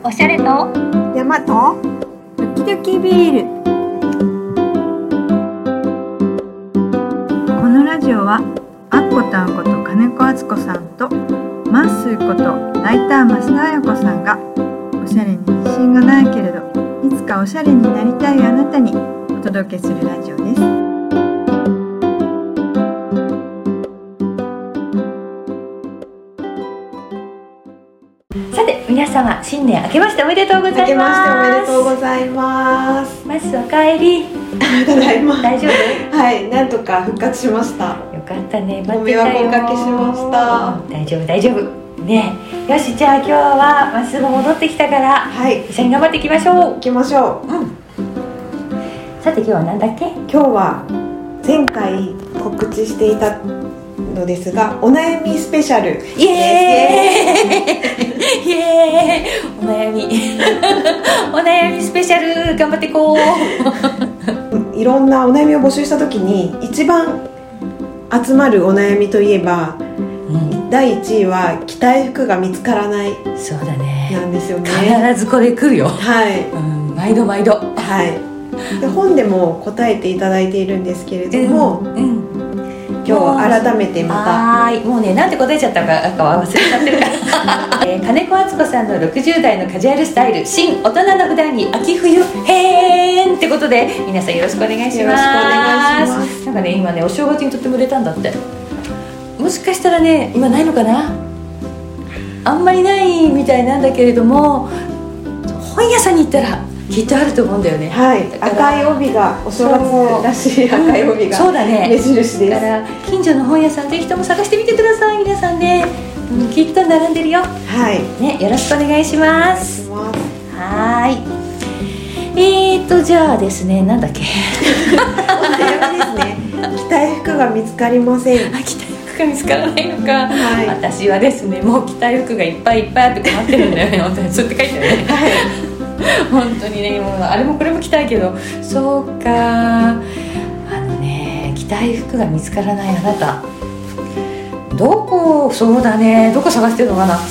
おしゃれと山とドキドキビール。このラジオはアッコとアコと金子敦子さんとマッスーことライター増田彩子さんがおしゃれに自信がないけれどいつかおしゃれになりたいあなたにお届けするラジオです。 さて皆様新年明けましておめでとうございます。 明けましておめでとうございます。 マスおかえり。 ただいま。 大丈夫？ はい、なんとか復活しました。 よかったね。 ご迷惑おかけしました。 大丈夫大丈夫ね。よし、じゃあ今日はマスも戻ってきたから、はい、一緒に頑張っていきましょう。 行きましょう。 さて今日は何だっけ？ 今日は前回告知していたのですが、お悩みスペシャル。 イエーイイエーイ。お悩みお悩みスペシャル頑張っていこう。 いろんなお悩みを募集した時に一番集まるお悩みといえば、第1位は着たい服が見つからない。 そうだね。 なんですよね。 必ずこれ来るよ。 はい。 毎度毎度。 はい。で本でも答えていただいているんですけれども、今日改めてまたもうね、なんて答えちゃったかは忘れちゃってるから金子敦子さんの60代のカジュアルスタイル新大人の普段に秋冬へーんってことで皆さんよろしくお願いします。 よろしくお願いします。 なんかね、今ねお正月にとっても売れたんだって。もしかしたらね今ないのかな、あんまりないみたいなんだけれども、本屋さんに行ったらきっとあると思うんだよね。 はい、赤い帯がお正月らしい赤い帯が、 そうだね、 目印です。 だから近所の本屋さんぜひとも探してみてください皆さんね、きっと並んでるよ。 はいね、よろしくお願いします。はい。じゃあですね、なんだっけお悩みですね。着たい服が見つかりません。 着たい服が見つからないのか、 はい、 私はですねもう着たい服がいっぱいいっぱいあって困ってるんだよね。本当にそうやって書いてあるね。はい本当にね、もうあれもこれも着たいけど、そうか、着たい服が見つからないあなた、そうだね、どこ探してるのかな。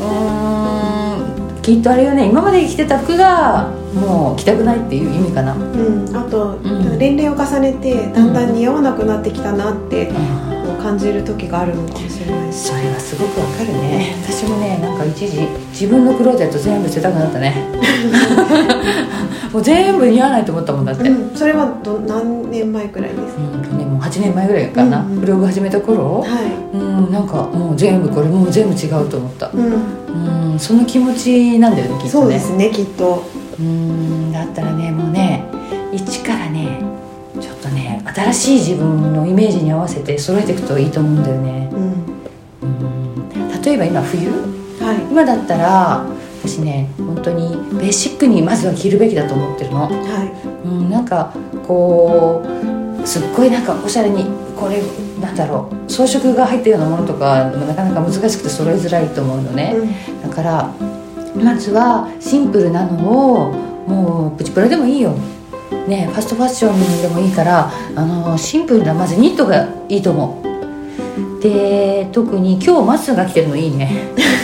きっとあれよね、今まで着てた服がもう着たくないっていう意味かな。 あと、年齢を重ねてだんだん似合わなくなってきたなって感じる時があるのかもしれない。 それはすごくわかるね。私もね、なんか一時自分のクローゼット全部捨てたくなったねもう全部似合わないと思ったもんだって。 それは何年前くらいですか？ もう8年前ぐらいかな、ブログ始めた頃、なんかもう全部これもう全部違うと思った。その気持ちなんだよね、きっとね。 そうですね、きっと。 だったらね、もうね、一からねちょっとね新しい自分のイメージに合わせて揃えていくといいと思うんだよね。例えば今冬、今だったら私ね本当にベーシックにまずは着るべきだと思ってるの。なんかこうすっごいなんかおしゃれにこれなんだろう、装飾が入ったようなものとかなかなか難しくて揃えづらいと思うのね。だからまずはシンプルなのを、もうプチプラでもいいよね、ファストファッションでもいいから、シンプルなまずニットがいいと思う。で、特に今日マスが着てるのいいね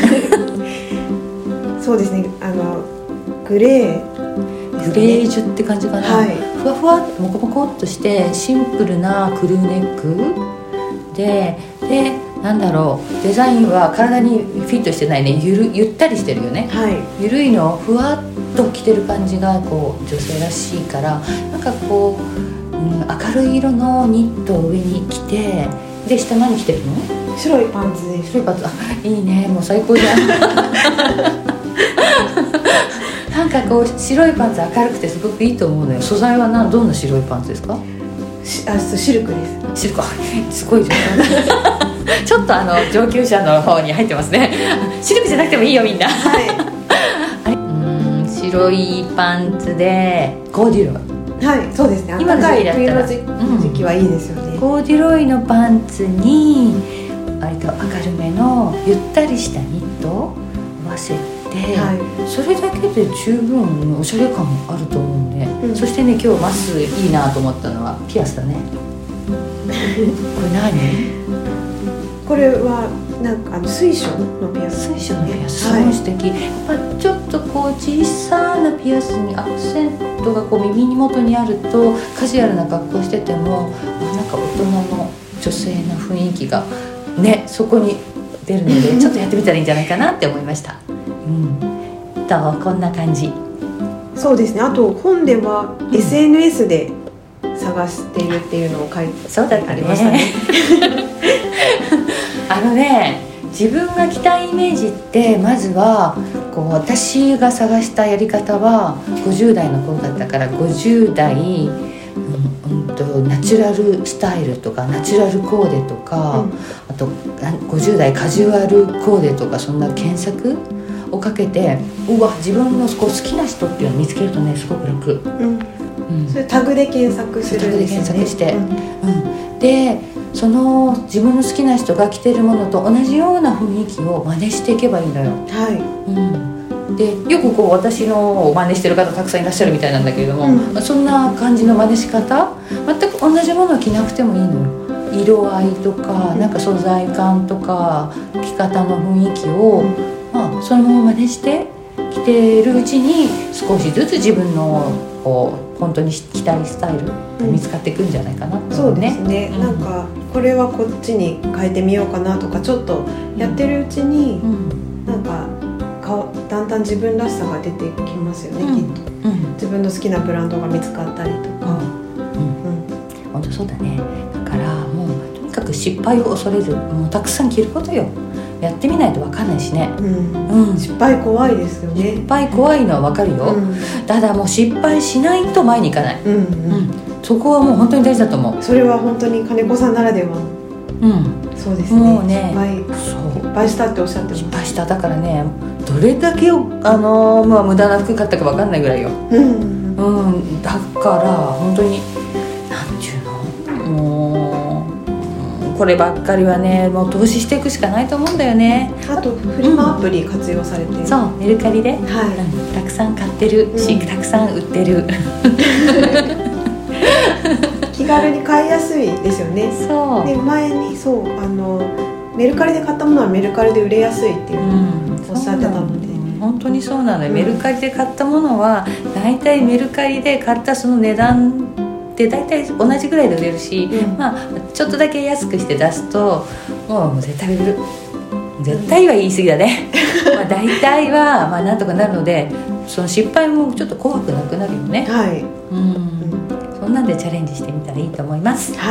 そうですね、グレージュって感じかな。ふわふわっとモコモコっとしてシンプルなクルーネックでなんだろう、デザインは体にフィットしてないね、ゆったりしてるよね。ゆるいのをふわっと着てる感じがこう女性らしいから、なんかこう、明るい色のニットを上に着て、で下何着てるの？ 白いパンツです。 白いパンツ、いいね、もう最高じゃんなんかこう白いパンツ明るくてすごくいいと思うのよ。素材はどんな白いパンツですか？ シルクです。 シルク、すごいじゃんちょっと上級者の方に入ってますねシルクじゃなくてもいいよみんな白いパンツでコーデュロイ。 そうですね、 今ぐらいだったら冬の時期はいいですよね。 コーデュロイのパンツに割と明るめのゆったりしたニットを合わせて、それだけで十分おしゃれ感もあると思うんで、そしてね、今日マスいいなと思ったのはピアスだねこれ何？ これはなんか水晶のピアス、 水晶のピアスすごい素敵、やっぱちょっとこう小さなピアスにアクセントがこう耳元にあるとカジュアルな格好しててもなんか大人の女性の雰囲気がねそこに出るのでちょっとやってみたらいいんじゃないかなって思いました、こんな感じ。 そうですね。あと本では SNS で探しているっていうのを書いてありましたね。 自分が着たいイメージってまずはこう私が探したやり方は50代の頃だったから50代、ナチュラルスタイルとかナチュラルコーデとか、あと50代カジュアルコーデとかそんな検索をかけて自分のこう好きな人っていうのを見つけるとねすごく楽、 それタグで検索するんですね。 タグで検索して、でその自分の好きな人が着てるものと同じような雰囲気を真似していけばいいのよ。でよくこう私のを真似してる方たくさんいらっしゃるみたいなんだけれども、そんな感じの真似し方全く同じものを着なくてもいいのよ。色合いとかなんか素材感とか着方の雰囲気を、そのまま真似して着てるうちに少しずつ自分のこう本当に着たいスタイルが見つかっていくんじゃないかなって思うね。そうですね、なんかこれはこっちに変えてみようかなとかちょっとやってるうちに、なんかだんだん自分らしさが出てきますよね、きっと、自分の好きなブランドが見つかったりとか、 本当そうだね。だからもうとにかく失敗を恐れずもうたくさん着ることよ。やってみないと分かんないしね、 失敗怖いですよね。 失敗怖いのは分かるよ、ただもう失敗しないと前に行かない、そこはもう本当に大事だと思う。 それは本当に金子さんならでは、そうですね。 もうね失敗したっておっしゃってます。 失敗しただからねどれだけ無駄な服買ったか分かんないぐらいよ、だから本当になんちゅうのもうこればっかりはねもう投資していくしかないと思うんだよね。 あとフリマアプリ活用されてる、 そうメルカリで、たくさん買ってるし、たくさん売ってる気軽に買いやすいですよね。 そうで前にメルカリで買ったものはメルカリで売れやすいっていうおっしゃってたので、 本当にそうなのよ、メルカリで買ったものはだいたいメルカリで買ったその値段でだいたい同じぐらいで売れるし、ちょっとだけ安くして出すともう絶対売れる。絶対は言い過ぎだねだいたいはなんとかなるのでその失敗もちょっと怖くなくなるよね。そんなんでチャレンジしてみたらいいと思います。で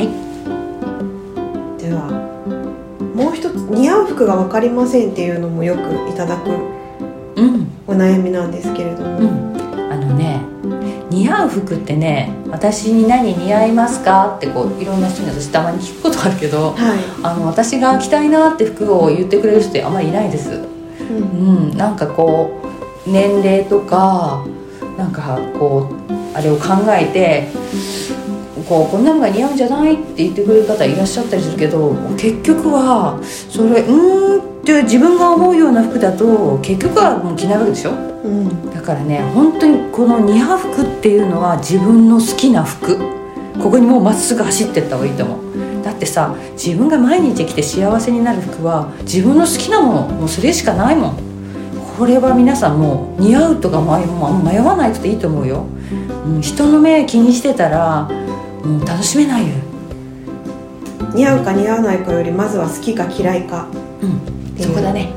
はもう一つ似合う服が分かりませんっていうのもよくいただくお悩みなんですけれども、 似合う服ってね私に何似合いますかってこういろんな人に私たまに聞くことあるけど、私が着たいなって服を言ってくれる人ってあんまりいないです、なんかこう年齢とかなんかこうあれを考えてこんなのが似合うんじゃないって言ってくれる方いらっしゃったりするけど結局はそれって自分が思うような服だと結局はもう着ないわけでしょ、だからね本当にこの似合う服っていうのは自分の好きな服ここにもうまっすぐ走ってった方がいいと思う。だってさ自分が毎日着て幸せになる服は自分の好きなものもうそれしかないもん。これは皆さんもう似合うとか迷わないといいと思うよ、人の目気にしてたらもう楽しめないよ。 似合うか似合わないかよりまずは好きか嫌いか、 そこだね。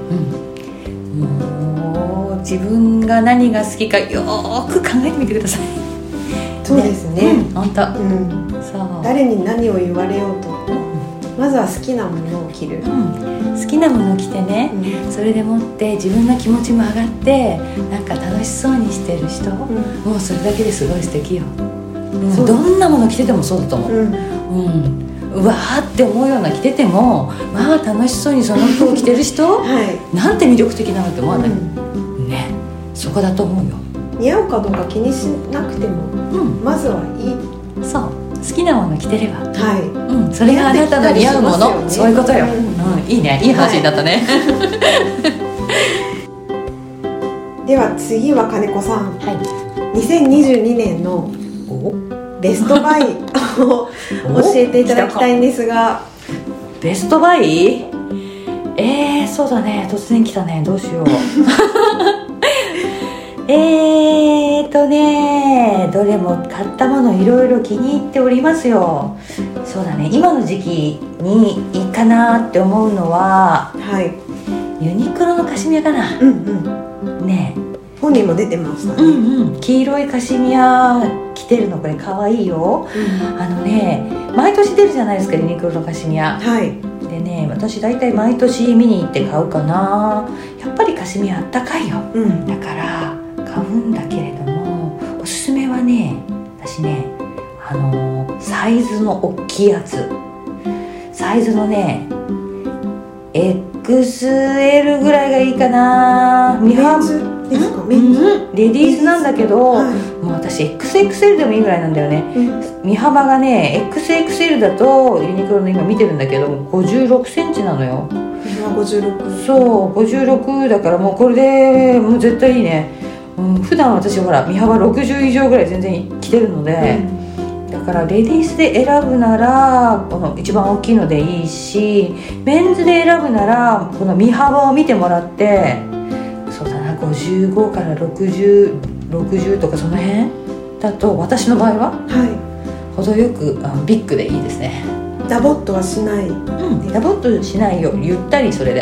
もう自分が何が好きかよーく考えてみてください。 そうですね、 本当、 そう誰に何を言われようと、まずは好きなものを着る、 好きなものを着てね、それでもって自分の気持ちも上がってなんか楽しそうにしてる人、もうそれだけですごい素敵よ、どんなもの着ててもそうだと思う、うわーって思うような着てても楽しそうにその服を着てる人、なんて魅力的なのって思わない、ね、そこだと思うよ。 似合うかどうか気にしなくても、まずはいい。 そう好きなもの着てれば、それがあなたの似合うもの、そういうことよ、いいね、いい話になったね、 では次は金子さん、2022年のベストバイを教えていただきたいんですが。 ベストバイそうだね、突然来たね、どうしようどれも買ったものいろいろ気に入っておりますよ。そうだね、今の時期にいいかなって思うのは、 はい、 ユニクロのカシミヤかな。ねえ、 本にも出てましたね。 黄色いカシミヤ着てるの、これかわいいよ。毎年出るじゃないですか、ユニクロのカシミヤ。 はい。 でね、私大体毎年見に行って買うかな。やっぱりカシミヤあったかいよ。だから買うんだけれども、おすすめはね、私ね、サイズの大きいやつ、サイズのね XL ぐらいがいいかな。 メンズですか？メンズ？ レディースなんだけど、もう私 XXL でもいいぐらいなんだよね。身幅がね XXL だとユニクロの今見てるんだけど56センチなのよ。 56。 そう56だから、もうこれでもう絶対いいね。普段私ほら身幅60以上ぐらい全然着てるので、だからレディースで選ぶならこの一番大きいのでいいし、メンズで選ぶならこの身幅を見てもらって、そうだな、55から60とかその辺だと私の場合は、程よくビッグでいいですね。 ダボっとはしない。 ダボっとしないよ、ゆったりそれで。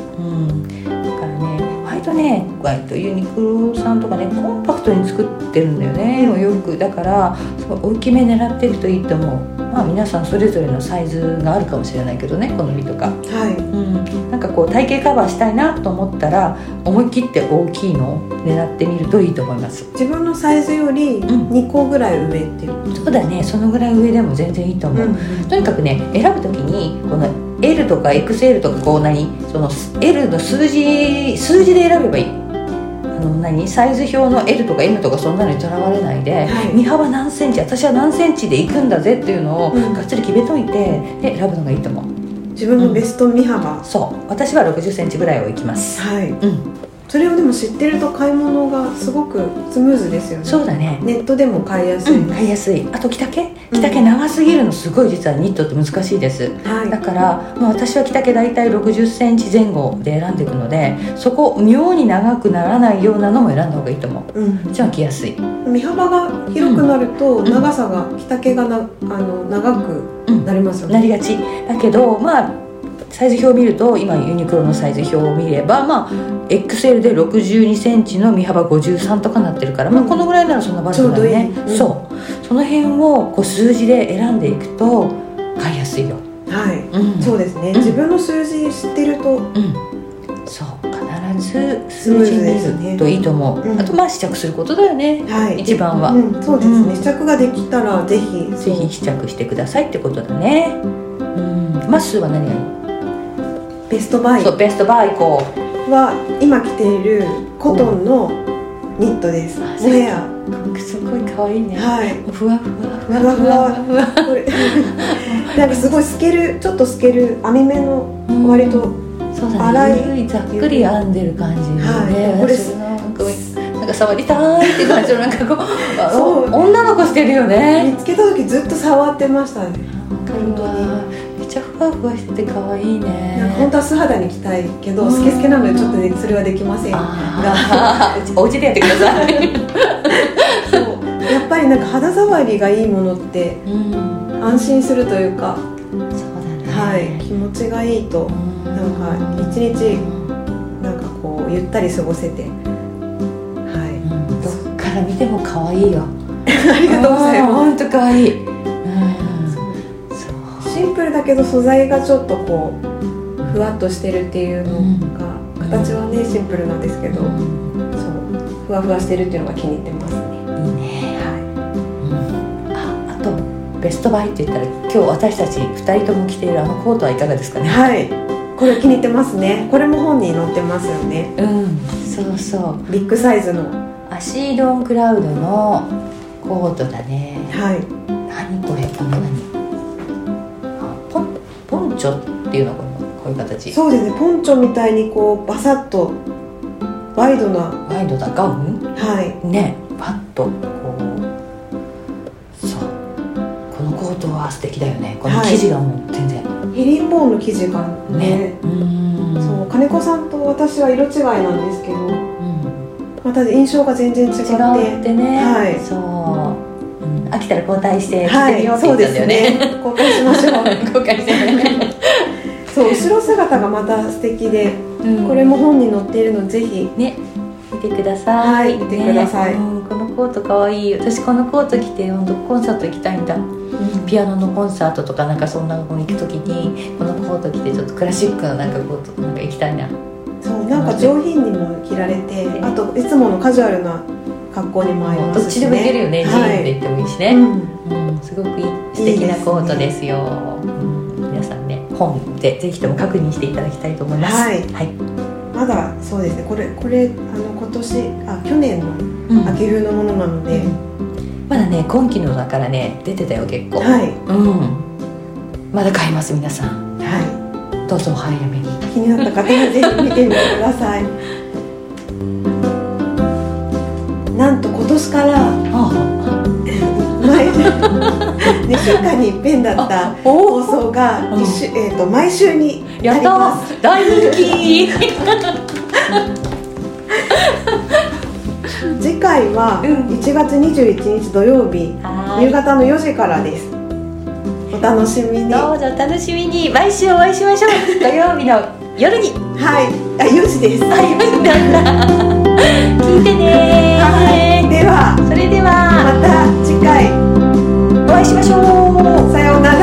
割とユニクロさんとかね、コンパクトに作ってるんだよね、お洋服だから。大きめ狙っていくといいと思う。皆さんそれぞれのサイズがあるかもしれないけどね、好みとか。なんかこう体型カバーしたいなと思ったら思い切って大きいのを狙ってみるといいと思います。 自分のサイズより2個ぐらい上っていうこと？ そうだね、そのぐらい上でも全然いいと思う。とにかくね、選ぶときにこのL とか XL とかその L の数字で選べばいい。サイズ表の L とか M とかそんなのにとらわれないで、身幅何センチ、私は何センチで行くんだぜっていうのをがっつり決めといて、で選ぶのがいいと思う。 自分のベスト身幅、 そう、私は60センチぐらいを行きます。 それをでも知ってると買い物がすごくスムーズですよね。 そうだね、 ネットでも買いやすい、 買いやすい。あと着丈長すぎるのすごい実はニットって難しいです。だからもう私は着丈だいたい60センチ前後で選んでいくので、そこ妙に長くならないようなのも選んだ方がいいと思う。じゃあ着やすい。 身幅が広くなると長さが、着丈が長くなりますよね。 なりがちだけど、サイズ表を見ると今ユニクロのサイズ表を見れば、XL で62センチの身幅53とかなってるから、このぐらいならそんなバランスだね。その辺をこう数字で選んでいくと買いやすいよ。 そうですね、自分の数字知ってると、 そう必ず数字に見るといいと思う。あと試着することだよね、一番は。 そうですね、試着ができたらぜひ試着してくださいってことだね。まっすーは何がいい？ ベストバイ。 そう、ベストバイこうは今着ているコトンのニットです。モヘア。 すごい可愛いね。ふわふわ。これなんかすごいちょっと透ける網目の割と粗いざっくり編んでる感じで、これなんか触りたいって感じのなんかこう女の子してるよね。 見つけた時ずっと触ってましたね。本当に。 めっちゃふわふわしてて可愛いね。 本当は素肌に着たいけどスケスケなのでちょっとねそれはできませんが、 お家でやってください。 やっぱりなんか肌触りがいいものって安心するというか、気持ちがいいと、なんか一日なんかこうゆったり過ごせて、 どっから見ても可愛いよ。 ありがとうございます。 本当可愛い。 シンプルだけど素材がちょっとこうふわっとしてるっていうのが、形はねシンプルなんですけど、そうふわふわしてるっていうのが気に入ってますね。 いいね。あとベストバイって言ったら今日私たち2人とも着ているコートはいかがですかね。 これ気に入ってますね。これも本に載ってますよね。 そうそう、 ビッグサイズのアシードンクラウドのコートだね。何これ、ポンチョっていうのかな、こういう形。 そうですね、ポンチョみたいにこうバサッとワイドだガウンね、パッとこう、そうここのコートは素敵だよね。この生地がもう全然、 ヘリンボーンの生地がね、そう金子さんと私は色違いなんですけど、また印象が全然違ってね、はい、そう、飽きたら交代して着てみようって言ったんだよね、 交代しましょう交代してねそう、後ろ姿がまた素敵で、これも本に載っているのでぜひね見てください。 見てください。 このコートかわいい。私このコート着て本当コンサート行きたいんだ。ピアノのコンサートとかなんかそんなのに行くときにこのコート着てちょっとクラシックのなんかコートなんか行きたいな。 そうなんか上品にも着られて、あといつものカジュアルな格好にも合いますしね。 どっちでもいけるよね。ジーンズで行ってもいいしね。すごくいい素敵なコートですよ。皆さんね本でぜひとも確認していただきたいと思います。はい。 まだそうですね。これ今年去年の秋冬のものなので、 まだね今期のだからね出てたよ結構。はい。まだ買います皆さん。はい。どうぞお早めに。 気になった方はぜひ見てみてください。なんと今年から2週間に一遍だった放送が毎週になります。 大人気次回は1月21日土曜日、夕方の4時からです。お楽しみに。 どうぞお楽しみに。毎週お会いしましょう土曜日の夜に。 はい、4時です。 4時なんだ聞いてね。 はい、ではそれではまた次回お会いしましょう。 さようなら。